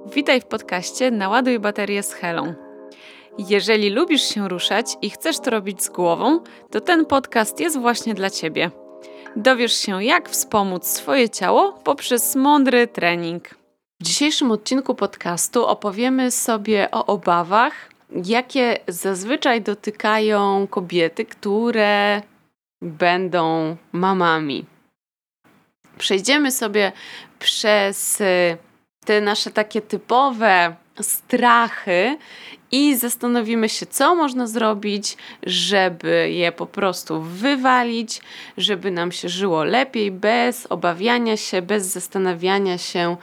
Witaj w podcaście Naładuj baterię z Helą. Jeżeli lubisz się ruszać i chcesz to robić z głową, to ten podcast jest właśnie dla Ciebie. Dowiesz się, jak wspomóc swoje ciało poprzez mądry trening. W dzisiejszym odcinku podcastu opowiemy sobie o obawach, jakie zazwyczaj dotykają kobiety, które będą mamami. Przejdziemy sobie przez te nasze takie typowe strachy i zastanowimy się, co można zrobić, żeby je po prostu wywalić, żeby nam się żyło lepiej, bez obawiania się, bez zastanawiania się,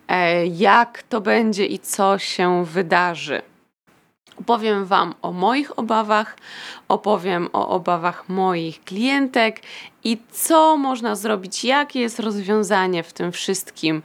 jak to będzie i co się wydarzy. Opowiem Wam o moich obawach, opowiem o obawach moich klientek i co można zrobić, jakie jest rozwiązanie w tym wszystkim,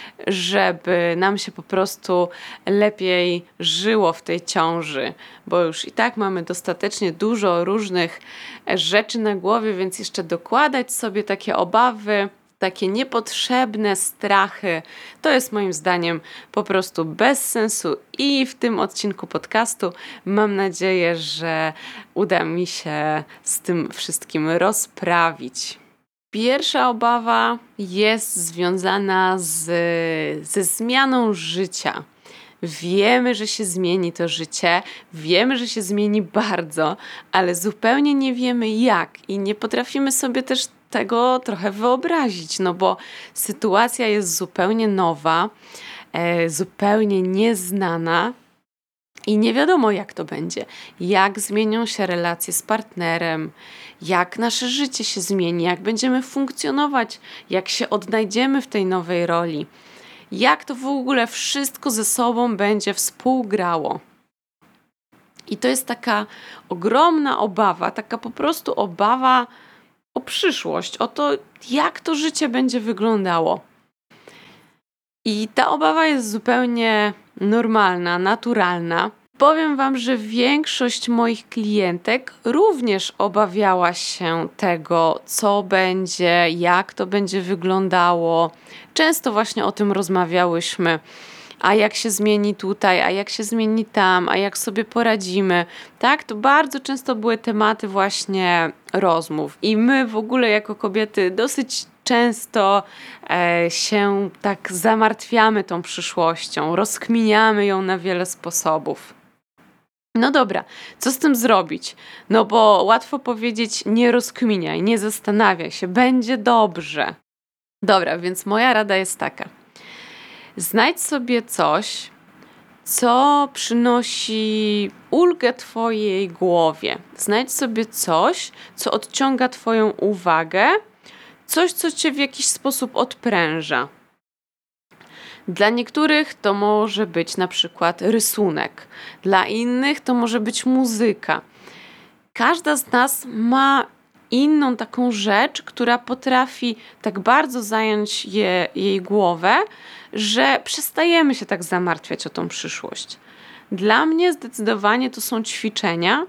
żeby nam się po prostu lepiej żyło w tej ciąży, bo już i tak mamy dostatecznie dużo różnych rzeczy na głowie, więc jeszcze dokładać sobie takie obawy, takie niepotrzebne strachy, to jest moim zdaniem po prostu bez sensu i w tym odcinku podcastu mam nadzieję, że uda mi się z tym wszystkim rozprawić. Pierwsza obawa jest związana ze zmianą życia. Wiemy, że się zmieni to życie, wiemy, że się zmieni bardzo, ale zupełnie nie wiemy jak i nie potrafimy sobie też tego trochę wyobrazić, no bo sytuacja jest zupełnie nowa, zupełnie nieznana i nie wiadomo jak to będzie, jak zmienią się relacje z partnerem, jak nasze życie się zmieni, jak będziemy funkcjonować, jak się odnajdziemy w tej nowej roli, jak to w ogóle wszystko ze sobą będzie współgrało. I to jest taka ogromna obawa, taka po prostu obawa o przyszłość, o to, jak to życie będzie wyglądało. I ta obawa jest zupełnie normalna, naturalna. Powiem Wam, że większość moich klientek również obawiała się tego, co będzie, jak to będzie wyglądało. Często właśnie o tym rozmawiałyśmy. A jak się zmieni tutaj, a jak się zmieni tam, a jak sobie poradzimy. Tak, to bardzo często były tematy właśnie rozmów. I my w ogóle jako kobiety dosyć często się tak zamartwiamy tą przyszłością, rozkminiamy ją na wiele sposobów. No dobra, co z tym zrobić? No bo łatwo powiedzieć, nie rozkminiaj, nie zastanawiaj się, będzie dobrze. Dobra, więc moja rada jest taka. Znajdź sobie coś, co przynosi ulgę Twojej głowie. Znajdź sobie coś, co odciąga Twoją uwagę, coś, co Cię w jakiś sposób odpręża. Dla niektórych to może być na przykład rysunek, dla innych to może być muzyka. Każda z nas ma inną taką rzecz, która potrafi tak bardzo zająć jej głowę, że przestajemy się tak zamartwiać o tą przyszłość. Dla mnie zdecydowanie to są ćwiczenia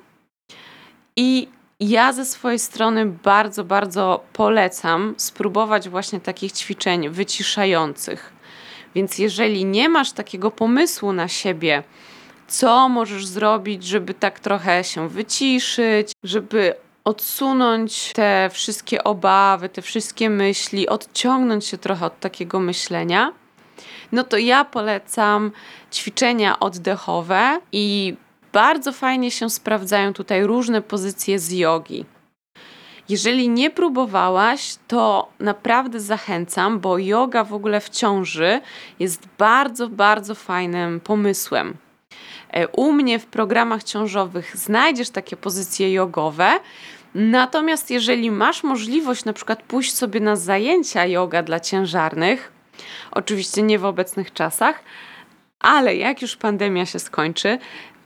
i ja ze swojej strony bardzo, bardzo polecam spróbować właśnie takich ćwiczeń wyciszających. Więc jeżeli nie masz takiego pomysłu na siebie, co możesz zrobić, żeby tak trochę się wyciszyć, żeby odsunąć te wszystkie obawy, te wszystkie myśli, odciągnąć się trochę od takiego myślenia, no to ja polecam ćwiczenia oddechowe i bardzo fajnie się sprawdzają tutaj różne pozycje z jogi. Jeżeli nie próbowałaś, to naprawdę zachęcam, bo joga w ogóle w ciąży jest bardzo, bardzo fajnym pomysłem. U mnie w programach ciążowych znajdziesz takie pozycje jogowe, natomiast jeżeli masz możliwość na przykład pójść sobie na zajęcia joga dla ciężarnych, oczywiście nie w obecnych czasach, ale jak już pandemia się skończy,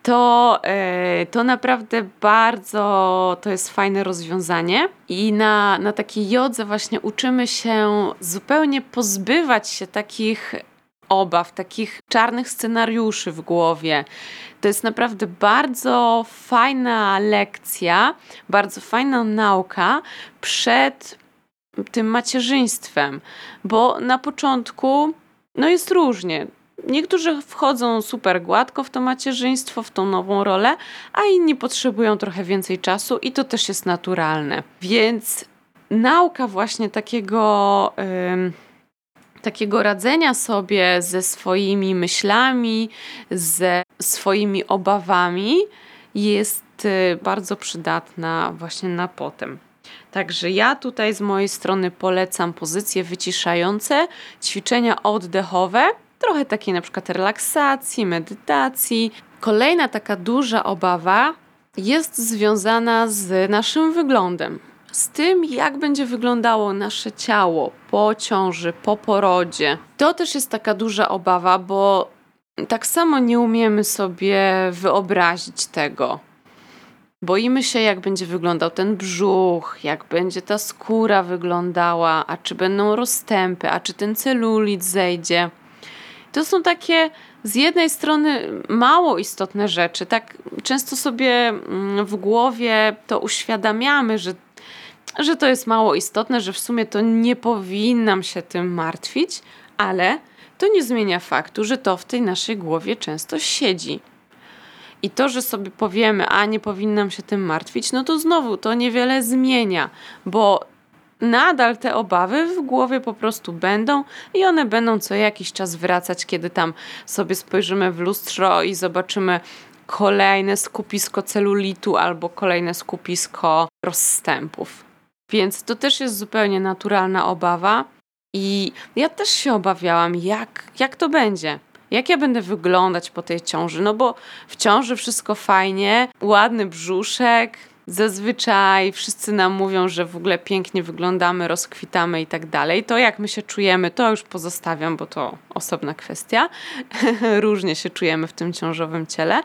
to naprawdę bardzo to jest fajne rozwiązanie i na takiej jodze właśnie uczymy się zupełnie pozbywać się takich obaw, takich czarnych scenariuszy w głowie. To jest naprawdę bardzo fajna lekcja, bardzo fajna nauka przed tym macierzyństwem, bo na początku jest różnie. Niektórzy wchodzą super gładko w to macierzyństwo, w tą nową rolę, a inni potrzebują trochę więcej czasu i to też jest naturalne. Więc nauka właśnie takiego radzenia sobie ze swoimi myślami, ze swoimi obawami jest bardzo przydatna właśnie na potem. Także ja tutaj z mojej strony polecam pozycje wyciszające, ćwiczenia oddechowe, trochę takiej na przykład relaksacji, medytacji. Kolejna taka duża obawa jest związana z naszym wyglądem. Z tym, jak będzie wyglądało nasze ciało po ciąży, po porodzie. To też jest taka duża obawa, bo tak samo nie umiemy sobie wyobrazić tego. Boimy się, jak będzie wyglądał ten brzuch, jak będzie ta skóra wyglądała, a czy będą rozstępy, a czy ten celulit zejdzie. To są takie z jednej strony mało istotne rzeczy. Tak często sobie w głowie to uświadamiamy, że to jest mało istotne, że w sumie to nie powinnam się tym martwić, ale to nie zmienia faktu, że to w tej naszej głowie często siedzi. I to, że sobie powiemy, a nie powinnam się tym martwić, no to znowu to niewiele zmienia, bo nadal te obawy w głowie po prostu będą i one będą co jakiś czas wracać, kiedy tam sobie spojrzymy w lustro i zobaczymy kolejne skupisko celulitu albo kolejne skupisko rozstępów. Więc to też jest zupełnie naturalna obawa i ja też się obawiałam, jak to będzie. Jak ja będę wyglądać po tej ciąży? No bo w ciąży wszystko fajnie, ładny brzuszek, zazwyczaj wszyscy nam mówią, że w ogóle pięknie wyglądamy, rozkwitamy i tak dalej. To jak my się czujemy, to już pozostawiam, bo to osobna kwestia. Różnie się czujemy w tym ciążowym ciele,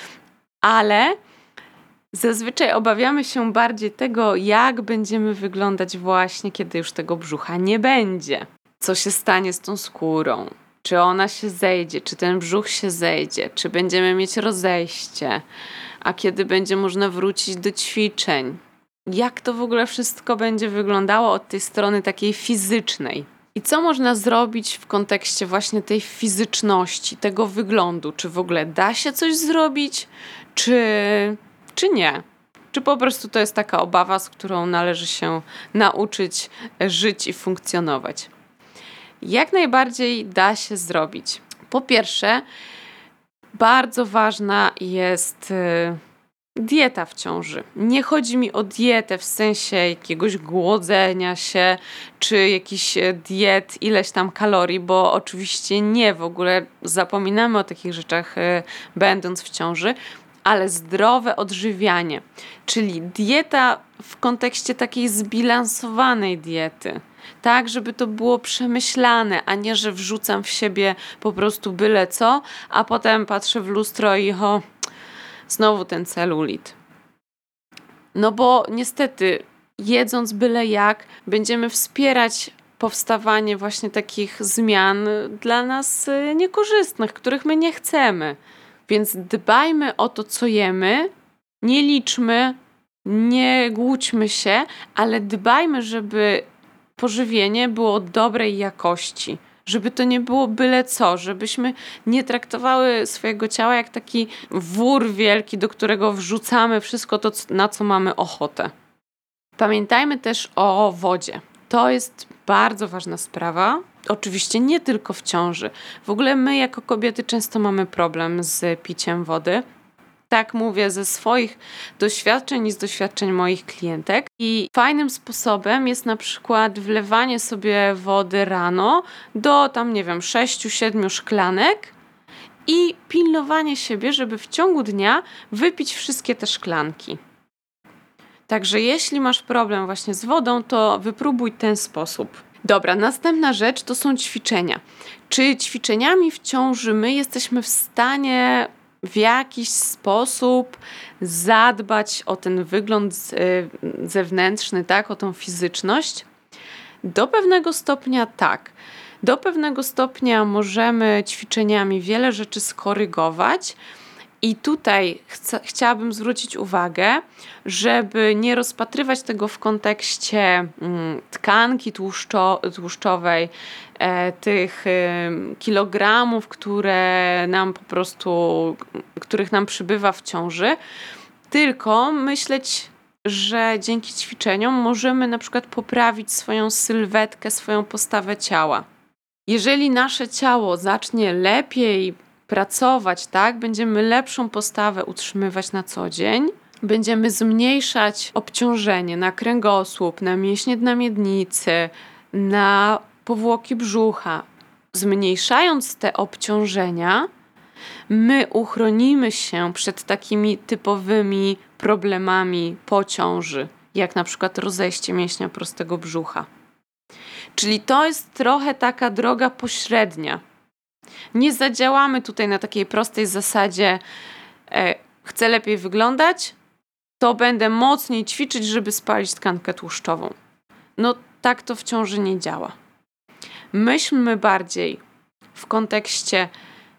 ale zazwyczaj obawiamy się bardziej tego, jak będziemy wyglądać właśnie, kiedy już tego brzucha nie będzie. Co się stanie z tą skórą? Czy ona się zejdzie, czy ten brzuch się zejdzie, czy będziemy mieć rozejście, a kiedy będzie można wrócić do ćwiczeń. Jak to w ogóle wszystko będzie wyglądało od tej strony takiej fizycznej. I co można zrobić w kontekście właśnie tej fizyczności, tego wyglądu? Czy w ogóle da się coś zrobić, czy nie? Czy po prostu to jest taka obawa, z którą należy się nauczyć żyć i funkcjonować? Jak najbardziej da się zrobić. Po pierwsze, bardzo ważna jest dieta w ciąży. Nie chodzi mi o dietę w sensie jakiegoś głodzenia się, czy jakiś diet, ileś tam kalorii, bo oczywiście nie, w ogóle zapominamy o takich rzeczach będąc w ciąży, ale zdrowe odżywianie, czyli dieta w kontekście takiej zbilansowanej diety. Tak, żeby to było przemyślane, a nie, że wrzucam w siebie po prostu byle co, a potem patrzę w lustro i znowu ten celulit. No bo niestety, jedząc byle jak, będziemy wspierać powstawanie właśnie takich zmian dla nas niekorzystnych, których my nie chcemy. Więc dbajmy o to, co jemy, nie liczmy, nie głódźmy się, ale dbajmy, żeby pożywienie było dobrej jakości, żeby to nie było byle co, żebyśmy nie traktowały swojego ciała jak taki wór wielki, do którego wrzucamy wszystko to, na co mamy ochotę. Pamiętajmy też o wodzie. To jest bardzo ważna sprawa. Oczywiście nie tylko w ciąży. W ogóle my jako kobiety często mamy problem z piciem wody. Tak mówię ze swoich doświadczeń i z doświadczeń moich klientek. I fajnym sposobem jest na przykład wlewanie sobie wody rano do 6-7 szklanek i pilnowanie siebie, żeby w ciągu dnia wypić wszystkie te szklanki. Także jeśli masz problem właśnie z wodą, to wypróbuj ten sposób. Dobra, następna rzecz to są ćwiczenia. Czy ćwiczeniami w ciąży my jesteśmy w stanie w jakiś sposób zadbać o ten wygląd zewnętrzny, tak, o tą fizyczność? Do pewnego stopnia tak. Do pewnego stopnia możemy ćwiczeniami wiele rzeczy skorygować I tutaj chciałabym zwrócić uwagę, żeby nie rozpatrywać tego w kontekście tkanki tłuszczowej, tych kilogramów, których nam przybywa w ciąży, tylko myśleć, że dzięki ćwiczeniom możemy na przykład poprawić swoją sylwetkę, swoją postawę ciała. Jeżeli nasze ciało zacznie lepiej pracować, tak, będziemy lepszą postawę utrzymywać na co dzień, będziemy zmniejszać obciążenie na kręgosłup, na mięśnie dna miednicy, na powłoki brzucha. Zmniejszając te obciążenia, my uchronimy się przed takimi typowymi problemami po ciąży, jak na przykład rozejście mięśnia prostego brzucha. Czyli to jest trochę taka droga pośrednia. Nie zadziałamy tutaj na takiej prostej zasadzie chcę lepiej wyglądać, to będę mocniej ćwiczyć, żeby spalić tkankę tłuszczową. No tak to w ciąży nie działa. Myślmy bardziej w kontekście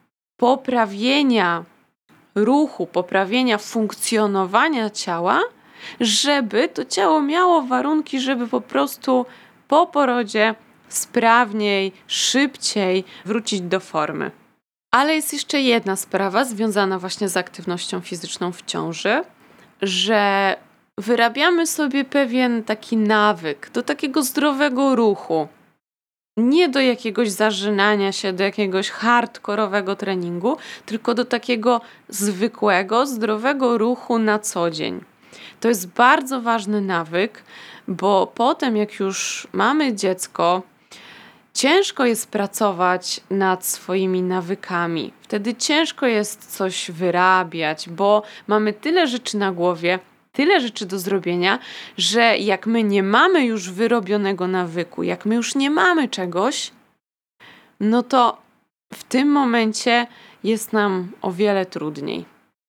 poprawienia ruchu, poprawienia funkcjonowania ciała, żeby to ciało miało warunki, żeby po prostu po porodzie sprawniej, szybciej wrócić do formy. Ale jest jeszcze jedna sprawa związana właśnie z aktywnością fizyczną w ciąży, że wyrabiamy sobie pewien taki nawyk do takiego zdrowego ruchu. Nie do jakiegoś zażynania się, do jakiegoś hardkorowego treningu, tylko do takiego zwykłego, zdrowego ruchu na co dzień. To jest bardzo ważny nawyk, bo potem jak już mamy dziecko, ciężko jest pracować nad swoimi nawykami. Wtedy ciężko jest coś wyrabiać, bo mamy tyle rzeczy na głowie, tyle rzeczy do zrobienia, że jak my nie mamy już wyrobionego nawyku, jak my już nie mamy czegoś, no to w tym momencie jest nam o wiele trudniej.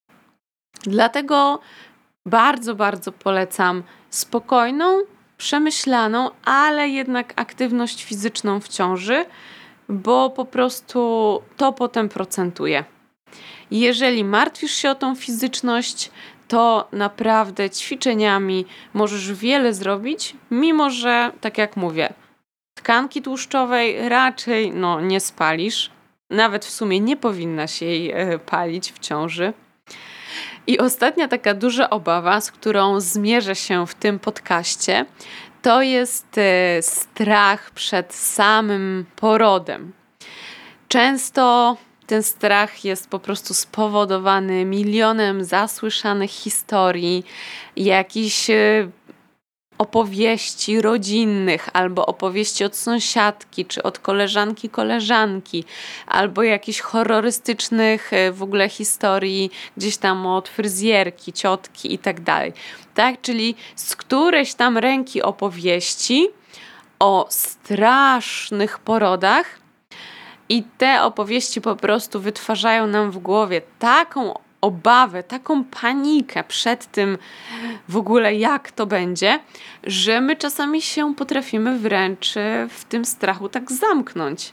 Dlatego bardzo, bardzo polecam spokojną, przemyślaną, ale jednak aktywność fizyczną w ciąży, bo po prostu to potem procentuje. Jeżeli martwisz się o tą fizyczność, to naprawdę ćwiczeniami możesz wiele zrobić, mimo że, tak jak mówię, tkanki tłuszczowej raczej nie spalisz. Nawet w sumie nie powinnaś jej palić w ciąży. I ostatnia taka duża obawa, z którą zmierzę się w tym podcaście, to jest strach przed samym porodem. Często ten strach jest po prostu spowodowany milionem zasłyszanych historii, jakichś opowieści rodzinnych, albo opowieści od sąsiadki, czy od koleżanki, albo jakichś horrorystycznych w ogóle historii gdzieś tam od fryzjerki, ciotki i tak dalej. Tak, czyli z którejś tam ręki opowieści o strasznych porodach i te opowieści po prostu wytwarzają nam w głowie taką obawę, taką panikę przed tym w ogóle jak to będzie, że my czasami się potrafimy wręcz w tym strachu tak zamknąć.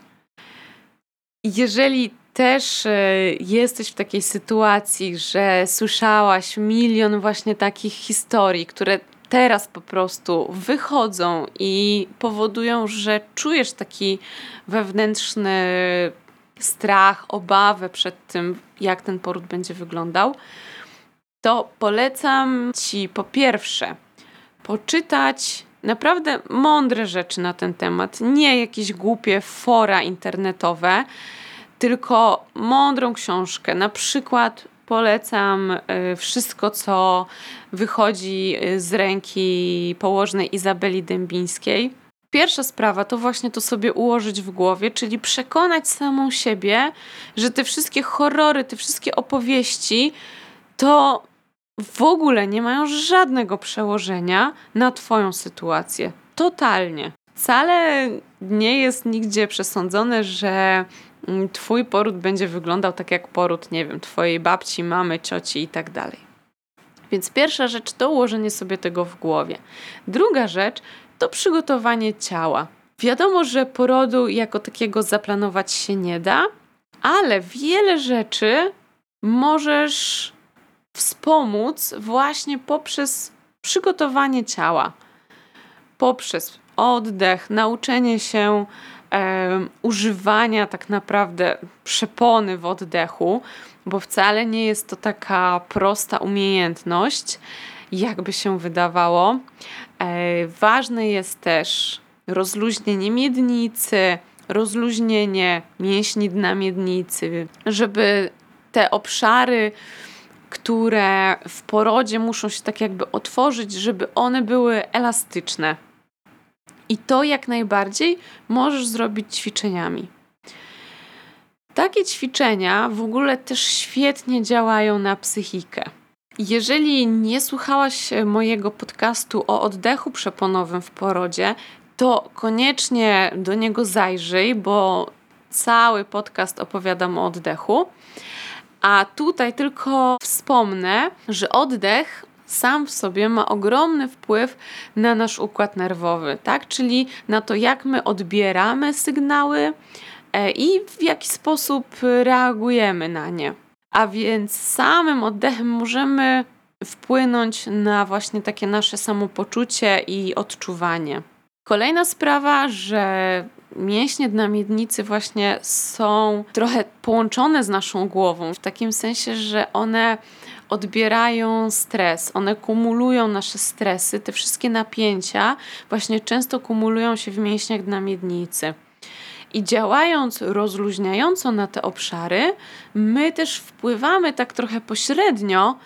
Jeżeli też jesteś w takiej sytuacji, że słyszałaś milion właśnie takich historii, które teraz po prostu wychodzą i powodują, że czujesz taki wewnętrzny strach, obawę przed tym, jak ten poród będzie wyglądał, to polecam Ci po pierwsze poczytać naprawdę mądre rzeczy na ten temat, nie jakieś głupie fora internetowe, tylko mądrą książkę. Na przykład polecam wszystko, co wychodzi z ręki położnej Izabeli Dębińskiej. Pierwsza sprawa to właśnie to sobie ułożyć w głowie, czyli przekonać samą siebie, że te wszystkie horrory, te wszystkie opowieści to w ogóle nie mają żadnego przełożenia na Twoją sytuację. Totalnie. Wcale nie jest nigdzie przesądzone, że Twój poród będzie wyglądał tak jak poród, nie wiem, Twojej babci, mamy, cioci i tak dalej. Więc pierwsza rzecz to ułożenie sobie tego w głowie. Druga rzecz to przygotowanie ciała. Wiadomo, że porodu jako takiego zaplanować się nie da, ale wiele rzeczy możesz wspomóc właśnie poprzez przygotowanie ciała, poprzez oddech, nauczenie się używania tak naprawdę przepony w oddechu, bo wcale nie jest to taka prosta umiejętność, jakby się wydawało. Ważne jest też rozluźnienie miednicy, rozluźnienie mięśni dna miednicy, żeby te obszary, które w porodzie muszą się tak jakby otworzyć, żeby one były elastyczne. I to jak najbardziej możesz zrobić ćwiczeniami. Takie ćwiczenia w ogóle też świetnie działają na psychikę. Jeżeli nie słuchałaś mojego podcastu o oddechu przeponowym w porodzie, to koniecznie do niego zajrzyj, bo cały podcast opowiadam o oddechu. A tutaj tylko wspomnę, że oddech sam w sobie ma ogromny wpływ na nasz układ nerwowy, tak? Czyli na to, jak my odbieramy sygnały i w jaki sposób reagujemy na nie. A więc samym oddechem możemy wpłynąć na właśnie takie nasze samopoczucie i odczuwanie. Kolejna sprawa, że mięśnie dna miednicy właśnie są trochę połączone z naszą głową, w takim sensie, że one odbierają stres, one kumulują nasze stresy, te wszystkie napięcia właśnie często kumulują się w mięśniach dna miednicy. I działając rozluźniająco na te obszary, my też wpływamy tak trochę pośrednio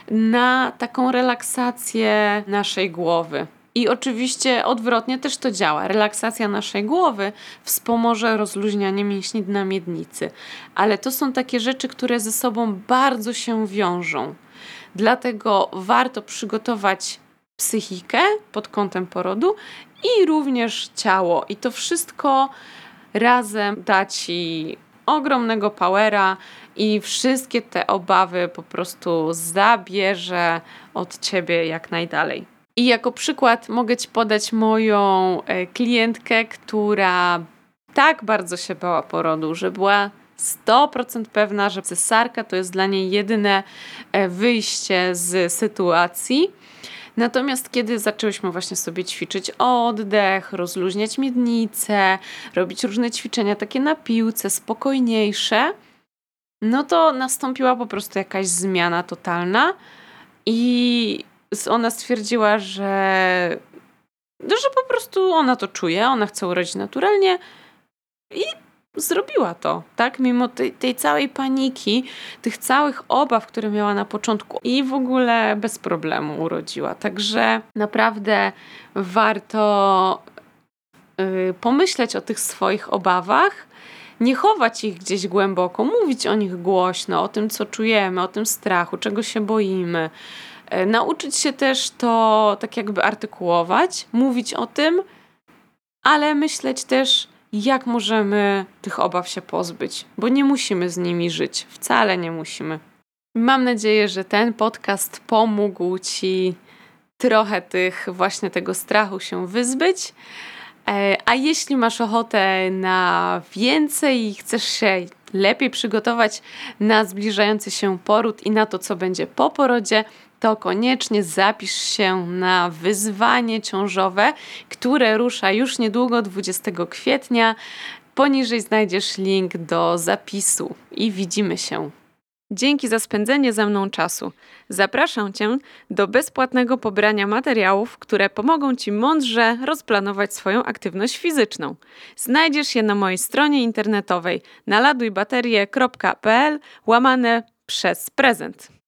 na taką relaksację naszej głowy. I oczywiście odwrotnie też to działa. Relaksacja naszej głowy wspomoże rozluźnianie mięśni dna miednicy. Ale to są takie rzeczy, które ze sobą bardzo się wiążą. Dlatego warto przygotować psychikę pod kątem porodu i również ciało. I to wszystko razem da Ci ogromnego powera i wszystkie te obawy po prostu zabierze od Ciebie jak najdalej. I jako przykład mogę Ci podać moją klientkę, która tak bardzo się bała porodu, że była 100% pewna, że cesarka to jest dla niej jedyne wyjście z sytuacji. Natomiast kiedy zaczęłyśmy właśnie sobie ćwiczyć oddech, rozluźniać miednicę, robić różne ćwiczenia takie na piłce, spokojniejsze, no to nastąpiła po prostu jakaś zmiana totalna i ona stwierdziła, że po prostu ona to czuje, ona chce urodzić naturalnie i zrobiła to, tak? Mimo tej całej paniki, tych całych obaw, które miała na początku i w ogóle bez problemu urodziła. Także naprawdę warto pomyśleć o tych swoich obawach, nie chować ich gdzieś głęboko, mówić o nich głośno, o tym, co czujemy, o tym strachu, czego się boimy. Nauczyć się też to tak jakby artykułować, mówić o tym, ale myśleć też, jak możemy tych obaw się pozbyć, bo nie musimy z nimi żyć, wcale nie musimy. Mam nadzieję, że ten podcast pomógł Ci trochę tego strachu się wyzbyć, a jeśli masz ochotę na więcej i chcesz się lepiej przygotować na zbliżający się poród i na to, co będzie po porodzie, to koniecznie zapisz się na wyzwanie ciążowe, które rusza już niedługo, 20 kwietnia. Poniżej znajdziesz link do zapisu i widzimy się. Dzięki za spędzenie ze mną czasu. Zapraszam Cię do bezpłatnego pobrania materiałów, które pomogą Ci mądrze rozplanować swoją aktywność fizyczną. Znajdziesz je na mojej stronie internetowej naladujbaterie.pl/prezent.